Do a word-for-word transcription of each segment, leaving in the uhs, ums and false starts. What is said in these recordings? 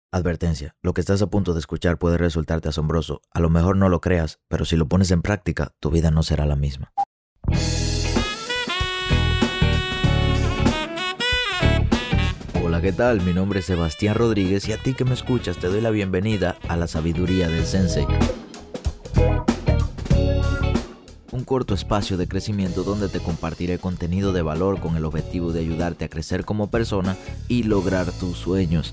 Advertencia, lo que estás a punto de escuchar puede resultarte asombroso. A lo mejor no lo creas, pero si lo pones en práctica, tu vida no será la misma. Hola, ¿qué tal? Mi nombre es Sebastián Rodríguez y a ti que me escuchas te doy la bienvenida a la sabiduría del Sensei. Un corto espacio de crecimiento donde te compartiré contenido de valor con el objetivo de ayudarte a crecer como persona y lograr tus sueños.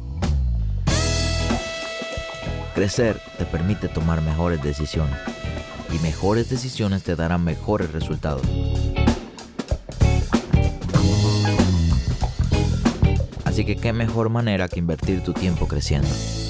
Crecer te permite tomar mejores decisiones y mejores decisiones te darán mejores resultados. Así que qué mejor manera que invertir tu tiempo creciendo.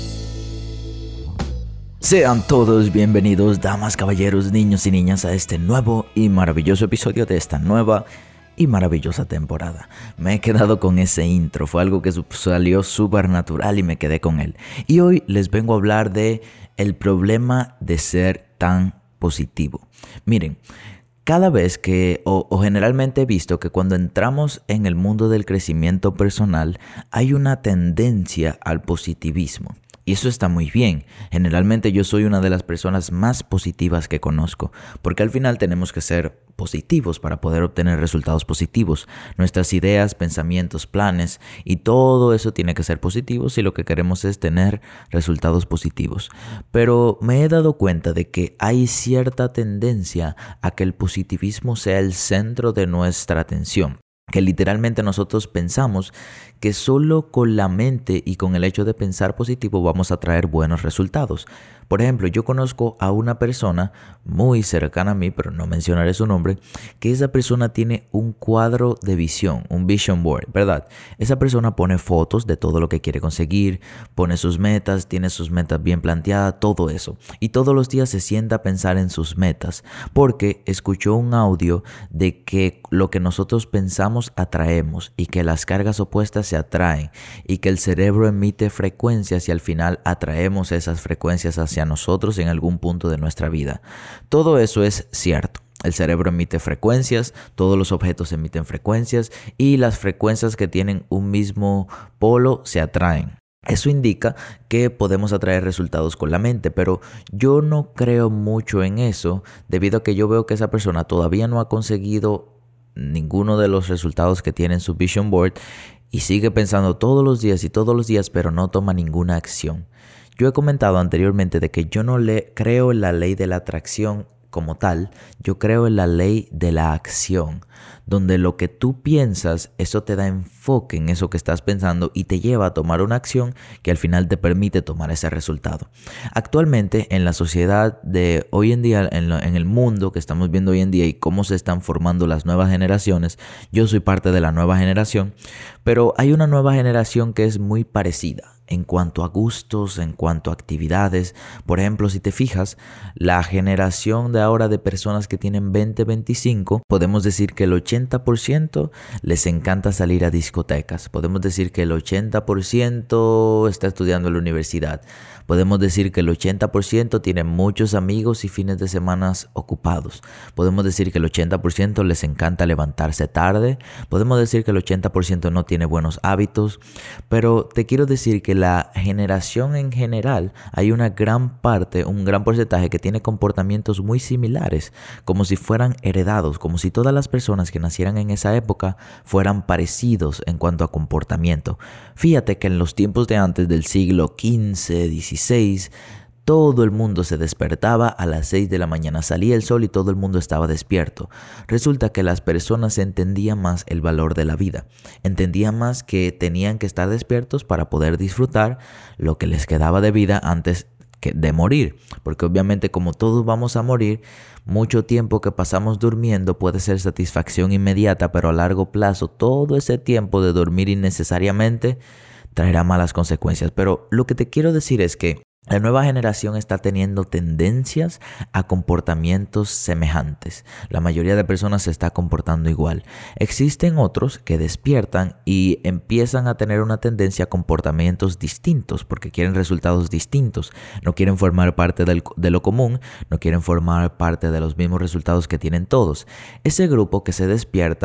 Sean todos bienvenidos, damas, caballeros, niños y niñas, a este nuevo y maravilloso episodio de esta nueva y maravillosa temporada. Me he quedado con ese intro, fue algo que salió súper natural y me quedé con él. Y hoy les vengo a hablar de el problema de ser tan positivo. Miren, cada vez que, o, o generalmente he visto que cuando entramos en el mundo del crecimiento personal, hay una tendencia al positivismo. Y eso está muy bien. Generalmente yo soy una de las personas más positivas que conozco, porque al final tenemos que ser positivos para poder obtener resultados positivos. Nuestras ideas, pensamientos, planes y todo eso tiene que ser positivo si lo que queremos es tener resultados positivos. Pero me he dado cuenta de que hay cierta tendencia a que el positivismo sea el centro de nuestra atención. Que literalmente nosotros pensamos que solo con la mente y con el hecho de pensar positivo vamos a traer buenos resultados. Por ejemplo, yo conozco a una persona muy cercana a mí, pero no mencionaré su nombre, que esa persona tiene un cuadro de visión, un vision board, ¿verdad? Esa persona pone fotos de todo lo que quiere conseguir, pone sus metas, tiene sus metas bien planteadas, todo eso. Y todos los días se sienta a pensar en sus metas, porque escuchó un audio de que lo que nosotros pensamos atraemos y que las cargas opuestas se atraen y que el cerebro emite frecuencias y al final atraemos esas frecuencias hacia nosotros en algún punto de nuestra vida. Todo eso es cierto. El cerebro emite frecuencias, todos los objetos emiten frecuencias y las frecuencias que tienen un mismo polo se atraen. Eso indica que podemos atraer resultados con la mente, pero yo no creo mucho en eso debido a que yo veo que esa persona todavía no ha conseguido ninguno de los resultados que tiene en su vision board y sigue pensando todos los días y todos los días, pero no toma ninguna acción. Yo he comentado anteriormente de que yo no le creo en la ley de la atracción como tal, yo creo en la ley de la acción, donde lo que tú piensas, eso te da enfoque en eso que estás pensando y te lleva a tomar una acción que al final te permite tomar ese resultado. Actualmente, en la sociedad de hoy en día, en, lo, en el mundo que estamos viendo hoy en día y cómo se están formando las nuevas generaciones, yo soy parte de la nueva generación, pero hay una nueva generación que es muy parecida en cuanto a gustos, en cuanto a actividades. Por ejemplo, si te fijas, la generación de ahora de personas que tienen veinte, veinticinco, podemos decir que el ochenta por ciento les encanta salir a discotecas. Podemos decir que el ochenta por ciento está estudiando en la universidad. Podemos decir que el ochenta por ciento tiene muchos amigos y fines de semana ocupados. Podemos decir que el ochenta por ciento les encanta levantarse tarde. Podemos decir que el ochenta por ciento no tiene buenos hábitos. Pero te quiero decir que la generación en general, hay una gran parte, un gran porcentaje que tiene comportamientos muy similares, como si fueran heredados, como si todas las personas que nacieran en esa época fueran parecidos en cuanto a comportamiento. Fíjate que en los tiempos de antes del siglo quince, dieciséis, todo el mundo se despertaba a las seis de la mañana, salía el sol y todo el mundo estaba despierto. Resulta que las personas entendían más el valor de la vida, entendían más que tenían que estar despiertos para poder disfrutar lo que les quedaba de vida antes de morir, porque obviamente como todos vamos a morir, mucho tiempo que pasamos durmiendo puede ser satisfacción inmediata, pero a largo plazo todo ese tiempo de dormir innecesariamente traerá malas consecuencias. Pero lo que te quiero decir es que la nueva generación está teniendo tendencias a comportamientos semejantes. La mayoría de personas se está comportando igual. Existen otros que despiertan y empiezan a tener una tendencia a comportamientos distintos porque quieren resultados distintos. No quieren formar parte del, de lo común, no quieren formar parte de los mismos resultados que tienen todos. Ese grupo que se despierta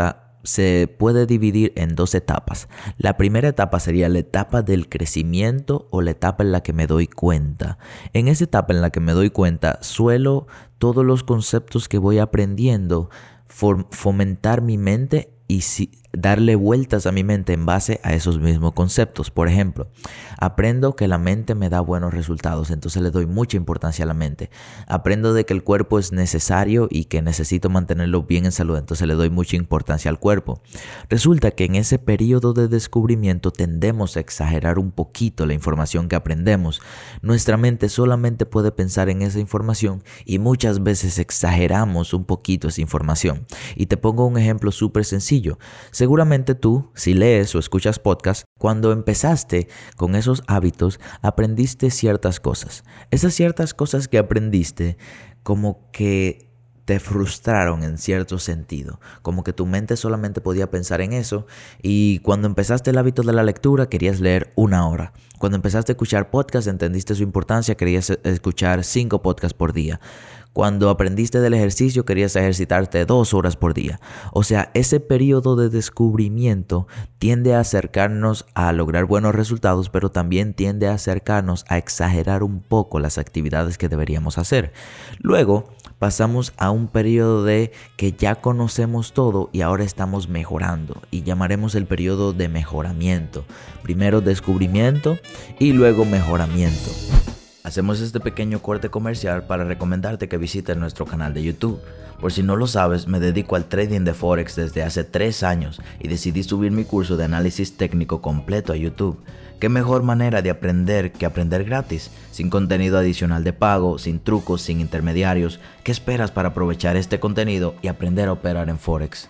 se puede dividir en dos etapas. La primera etapa sería la etapa del crecimiento o la etapa en la que me doy cuenta. En esa etapa en la que me doy cuenta, suelo todos los conceptos que voy aprendiendo fomentar mi mente y si, darle vueltas a mi mente en base a esos mismos conceptos. Por ejemplo, aprendo que la mente me da buenos resultados, entonces le doy mucha importancia a la mente. Aprendo de que el cuerpo es necesario y que necesito mantenerlo bien en salud, entonces le doy mucha importancia al cuerpo. Resulta que en ese periodo de descubrimiento tendemos a exagerar un poquito la información que aprendemos. Nuestra mente solamente puede pensar en esa información y muchas veces exageramos un poquito esa información. Y te pongo un ejemplo súper sencillo. Seguramente tú, si lees o escuchas podcast, cuando empezaste con esos hábitos, aprendiste ciertas cosas. Esas ciertas cosas que aprendiste, como que te frustraron en cierto sentido, como que tu mente solamente podía pensar en eso y cuando empezaste el hábito de la lectura querías leer una hora. Cuando empezaste a escuchar podcast entendiste su importancia, querías escuchar cinco podcasts por día. Cuando aprendiste del ejercicio querías ejercitarte dos horas por día. O sea, ese periodo de descubrimiento tiende a acercarnos a lograr buenos resultados, pero también tiende a acercarnos a exagerar un poco las actividades que deberíamos hacer. Luego pasamos a un periodo de que ya conocemos todo y ahora estamos mejorando y llamaremos el periodo de mejoramiento. Primero descubrimiento y luego mejoramiento. Hacemos este pequeño corte comercial para recomendarte que visites nuestro canal de YouTube. Por si no lo sabes, me dedico al trading de Forex desde hace tres años y decidí subir mi curso de análisis técnico completo a YouTube. ¿Qué mejor manera de aprender que aprender gratis? Sin contenido adicional de pago, sin trucos, sin intermediarios. ¿Qué esperas para aprovechar este contenido y aprender a operar en Forex?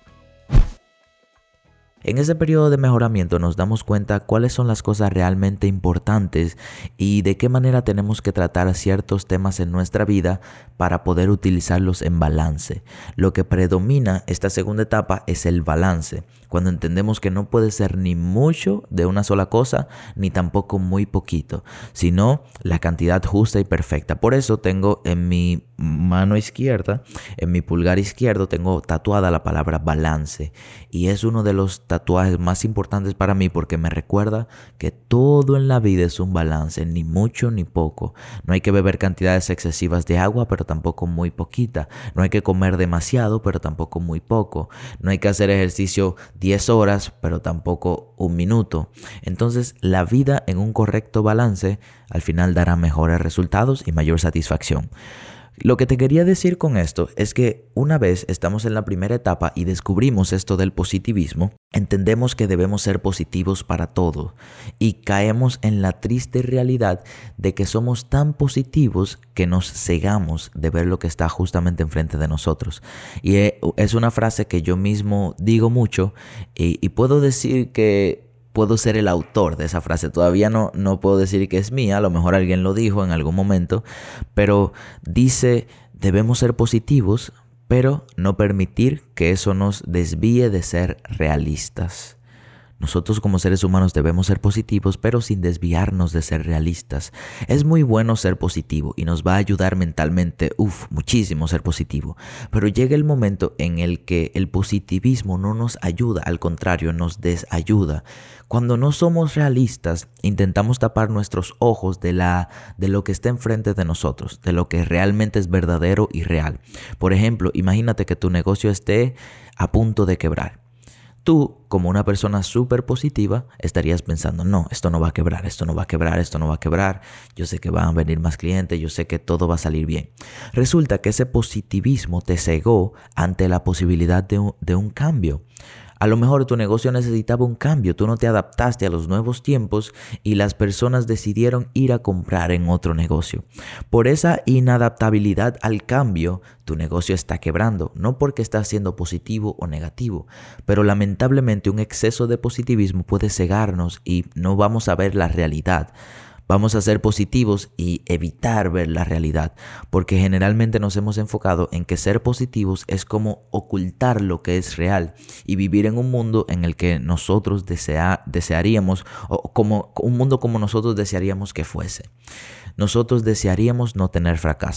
En ese periodo de mejoramiento nos damos cuenta cuáles son las cosas realmente importantes y de qué manera tenemos que tratar ciertos temas en nuestra vida para poder utilizarlos en balance. Lo que predomina esta segunda etapa es el balance, cuando entendemos que no puede ser ni mucho de una sola cosa, ni tampoco muy poquito, sino la cantidad justa y perfecta. Por eso tengo en mi mano izquierda, en mi pulgar izquierdo, tengo tatuada la palabra balance y es uno de los tatuajes más importantes para mí porque me recuerda que todo en la vida es un balance, ni mucho ni poco. No hay que beber cantidades excesivas de agua, pero tampoco muy poquita. No hay que comer demasiado, pero tampoco muy poco. No hay que hacer ejercicio diez horas, pero tampoco un minuto. Entonces, la vida en un correcto balance al final dará mejores resultados y mayor satisfacción. Lo que te quería decir con esto es que una vez estamos en la primera etapa y descubrimos esto del positivismo, entendemos que debemos ser positivos para todo y caemos en la triste realidad de que somos tan positivos que nos cegamos de ver lo que está justamente enfrente de nosotros. Y es una frase que yo mismo digo mucho y, y puedo decir que puedo ser el autor de esa frase. Todavía no, no puedo decir que es mía, a lo mejor alguien lo dijo en algún momento, pero dice, debemos ser positivos, pero no permitir que eso nos desvíe de ser realistas. Nosotros como seres humanos debemos ser positivos, pero sin desviarnos de ser realistas. Es muy bueno ser positivo y nos va a ayudar mentalmente, uff, muchísimo ser positivo. Pero llega el momento en el que el positivismo no nos ayuda, al contrario, nos desayuda. Cuando no somos realistas, intentamos tapar nuestros ojos de, la, de lo que está enfrente de nosotros, de lo que realmente es verdadero y real. Por ejemplo, imagínate que tu negocio esté a punto de quebrar. Tú, como una persona súper positiva, estarías pensando, no, esto no va a quebrar, esto no va a quebrar, esto no va a quebrar. Yo sé que van a venir más clientes, yo sé que todo va a salir bien. Resulta que ese positivismo te cegó ante la posibilidad de un, de un cambio. A lo mejor tu negocio necesitaba un cambio, tú no te adaptaste a los nuevos tiempos y las personas decidieron ir a comprar en otro negocio. Por esa inadaptabilidad al cambio, tu negocio está quebrando, no porque estás siendo positivo o negativo, pero lamentablemente un exceso de positivismo puede cegarnos y no vamos a ver la realidad. Vamos a ser positivos y evitar ver la realidad, porque generalmente nos hemos enfocado en que ser positivos es como ocultar lo que es real y vivir en un mundo en el que nosotros desea, desearíamos, o como un mundo como nosotros desearíamos que fuese. Nosotros desearíamos no tener fracasos.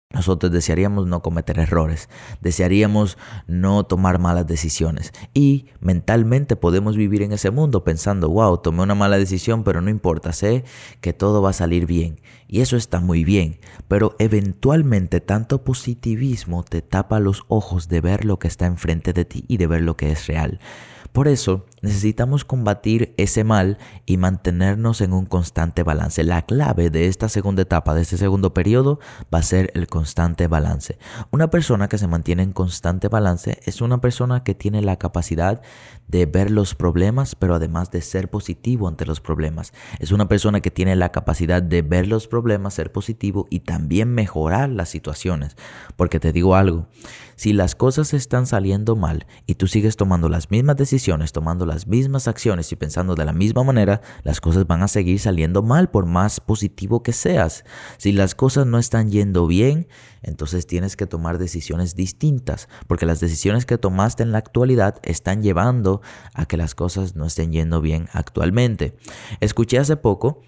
Nosotros desearíamos no cometer errores, desearíamos no tomar malas decisiones y mentalmente podemos vivir en ese mundo pensando, wow, tomé una mala decisión, pero no importa, sé que todo va a salir bien y eso está muy bien, pero eventualmente tanto positivismo te tapa los ojos de ver lo que está enfrente de ti y de ver lo que es real. Por eso necesitamos combatir ese mal y mantenernos en un constante balance. La clave de esta segunda etapa, de este segundo periodo, va a ser el constante balance. Una persona que se mantiene en constante balance es una persona que tiene la capacidad de ver los problemas, pero además de ser positivo ante los problemas. Es una persona que tiene la capacidad de ver los problemas, ser positivo y también mejorar las situaciones. Porque te digo algo, si las cosas están saliendo mal y tú sigues tomando las mismas decisiones, tomando las mismas acciones y pensando de la misma manera, las cosas van a seguir saliendo mal por más positivo que seas. Si las cosas no están yendo bien, entonces tienes que tomar decisiones distintas, porque las decisiones que tomaste en la actualidad están llevando a que las cosas no estén yendo bien actualmente. Escuché hace poco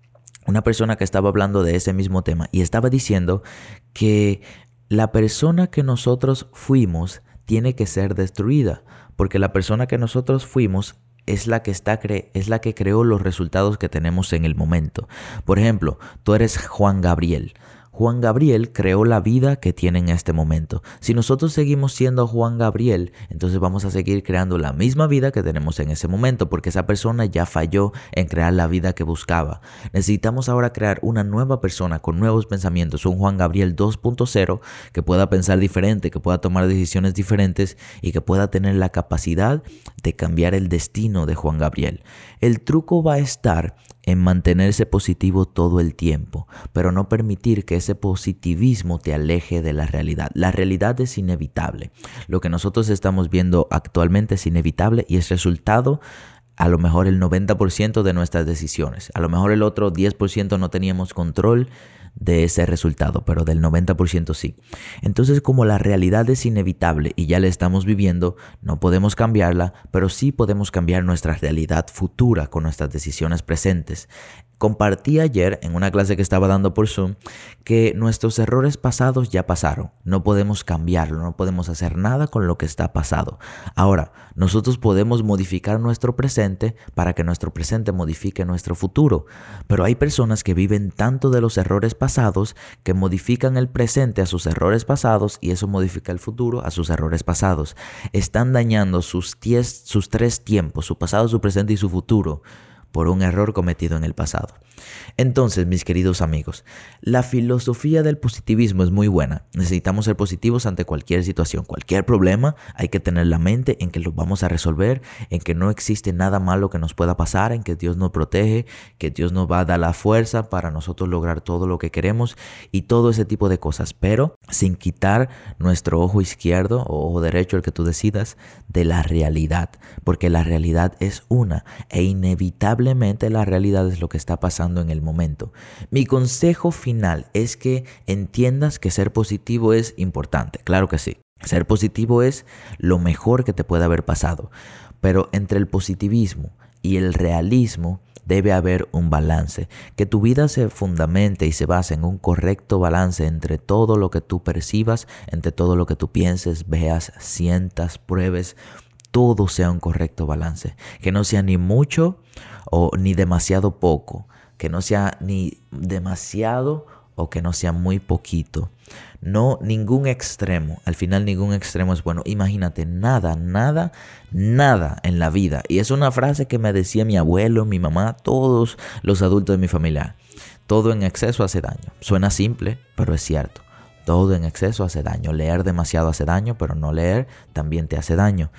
una persona que estaba hablando de ese mismo tema y estaba diciendo que la persona que nosotros fuimos tiene que ser destruida, porque la persona que nosotros fuimos es la que está cre- es la que creó los resultados que tenemos en el momento. Por ejemplo, tú eres Juan Gabriel. Juan Gabriel creó la vida que tiene en este momento. Si nosotros seguimos siendo Juan Gabriel, entonces vamos a seguir creando la misma vida que tenemos en ese momento, porque esa persona ya falló en crear la vida que buscaba. Necesitamos ahora crear una nueva persona con nuevos pensamientos, un Juan Gabriel dos punto cero que pueda pensar diferente, que pueda tomar decisiones diferentes y que pueda tener la capacidad de cambiar el destino de Juan Gabriel. El truco va a estar en mantenerse positivo todo el tiempo, pero no permitir que ese positivismo te aleje de la realidad. La realidad es inevitable. Lo que nosotros estamos viendo actualmente es inevitable y es resultado a lo mejor el noventa por ciento de nuestras decisiones. A lo mejor el otro diez por ciento no teníamos control de ese resultado, pero del noventa por ciento sí. Entonces, como la realidad es inevitable y ya la estamos viviendo, no podemos cambiarla, pero sí podemos cambiar nuestra realidad futura con nuestras decisiones presentes. Compartí ayer en una clase que estaba dando por Zoom que nuestros errores pasados ya pasaron. No podemos cambiarlo, no podemos hacer nada con lo que está pasado. Ahora, nosotros podemos modificar nuestro presente para que nuestro presente modifique nuestro futuro. Pero hay personas que viven tanto de los errores pasados que modifican el presente a sus errores pasados y eso modifica el futuro a sus errores pasados. Están dañando sus, diez, sus tres tiempos, su pasado, su presente y su futuro, por un error cometido en el pasado. Entonces, mis queridos amigos, la filosofía del positivismo es muy buena. Necesitamos ser positivos ante cualquier situación, cualquier problema. Hay que tener la mente en que lo vamos a resolver, en que no existe nada malo que nos pueda pasar, en que Dios nos protege, que Dios nos va a dar la fuerza para nosotros lograr todo lo que queremos y todo ese tipo de cosas, pero sin quitar nuestro ojo izquierdo o ojo derecho, el que tú decidas, de la realidad, porque la realidad es una e inevitablemente la realidad es lo que está pasando en el momento. Mi consejo final es que entiendas que ser positivo es importante. Claro que sí. Ser positivo es lo mejor que te puede haber pasado. Pero entre el positivismo y el realismo debe haber un balance. Que tu vida se fundamente y se base en un correcto balance entre todo lo que tú percibas, entre todo lo que tú pienses, veas, sientas, pruebes. Todo sea un correcto balance. Que no sea ni mucho o ni demasiado poco. Que no sea ni demasiado o que no sea muy poquito. No, ningún extremo. Al final ningún extremo es bueno. Imagínate, nada, nada, nada en la vida. Y es una frase que me decía mi abuelo, mi mamá, todos los adultos de mi familia. Todo en exceso hace daño. Suena simple, pero es cierto. Todo en exceso hace daño. Leer demasiado hace daño, pero no leer también te hace daño.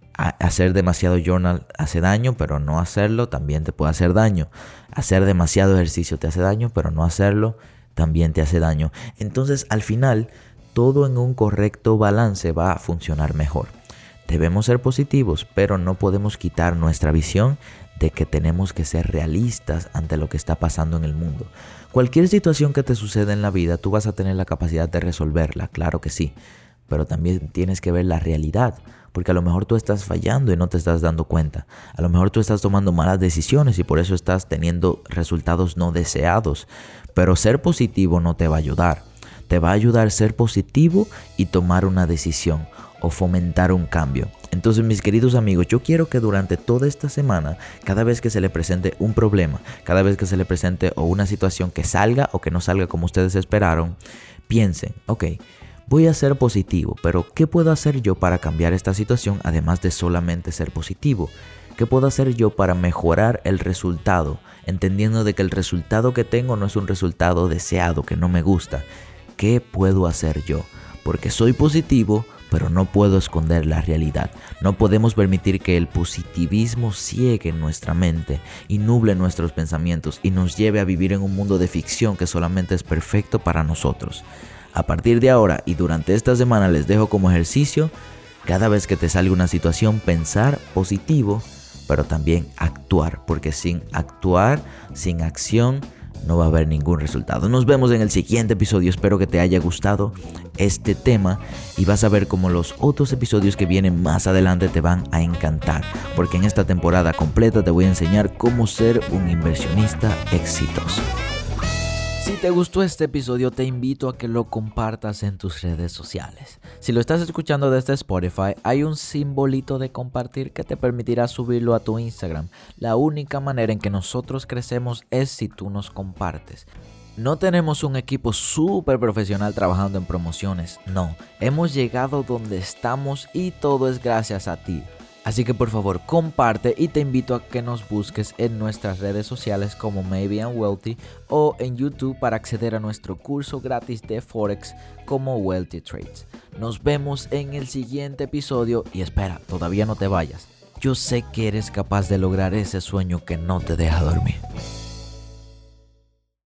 Hacer demasiado journal hace daño, pero no hacerlo también te puede hacer daño. Hacer demasiado ejercicio te hace daño, pero no hacerlo también te hace daño. Entonces, al final, todo en un correcto balance va a funcionar mejor. Debemos ser positivos, pero no podemos quitar nuestra visión de que tenemos que ser realistas ante lo que está pasando en el mundo. Cualquier situación que te suceda en la vida, tú vas a tener la capacidad de resolverla, claro que sí. Pero también tienes que ver la realidad, porque a lo mejor tú estás fallando y no te estás dando cuenta. A lo mejor tú estás tomando malas decisiones y por eso estás teniendo resultados no deseados. Pero ser positivo no te va a ayudar. te va a ayudar a ser positivo y tomar una decisión o fomentar un cambio. Entonces, mis queridos amigos, yo quiero que durante toda esta semana, cada vez que se le presente un problema, cada vez que se le presente o una situación que salga o que no salga como ustedes esperaron, piensen, ok, voy a ser positivo, pero ¿qué puedo hacer yo para cambiar esta situación además de solamente ser positivo? ¿Qué puedo hacer yo para mejorar el resultado? Entendiendo de que el resultado que tengo no es un resultado deseado, que no me gusta. ¿Qué puedo hacer yo? Porque soy positivo, pero no puedo esconder la realidad. No podemos permitir que el positivismo ciegue nuestra mente y nuble nuestros pensamientos y nos lleve a vivir en un mundo de ficción que solamente es perfecto para nosotros. A partir de ahora y durante esta semana les dejo como ejercicio, cada vez que te salga una situación, pensar positivo, pero también actuar, porque sin actuar, sin acción, no va a haber ningún resultado. Nos vemos en el siguiente episodio. Espero que te haya gustado este tema y vas a ver cómo los otros episodios que vienen más adelante te van a encantar, porque en esta temporada completa te voy a enseñar cómo ser un inversionista exitoso. Si te gustó este episodio, te invito a que lo compartas en tus redes sociales. Si lo estás escuchando desde Spotify, hay un simbolito de compartir que te permitirá subirlo a tu Instagram. La única manera en que nosotros crecemos es si tú nos compartes. No tenemos un equipo súper profesional trabajando en promociones, no. Hemos llegado donde estamos y todo es gracias a ti. Así que por favor comparte y te invito a que nos busques en nuestras redes sociales como Maybe I'm Wealthy o en YouTube para acceder a nuestro curso gratis de Forex como Wealthy Trades. Nos vemos en el siguiente episodio y espera, todavía no te vayas. Yo sé que eres capaz de lograr ese sueño que no te deja dormir.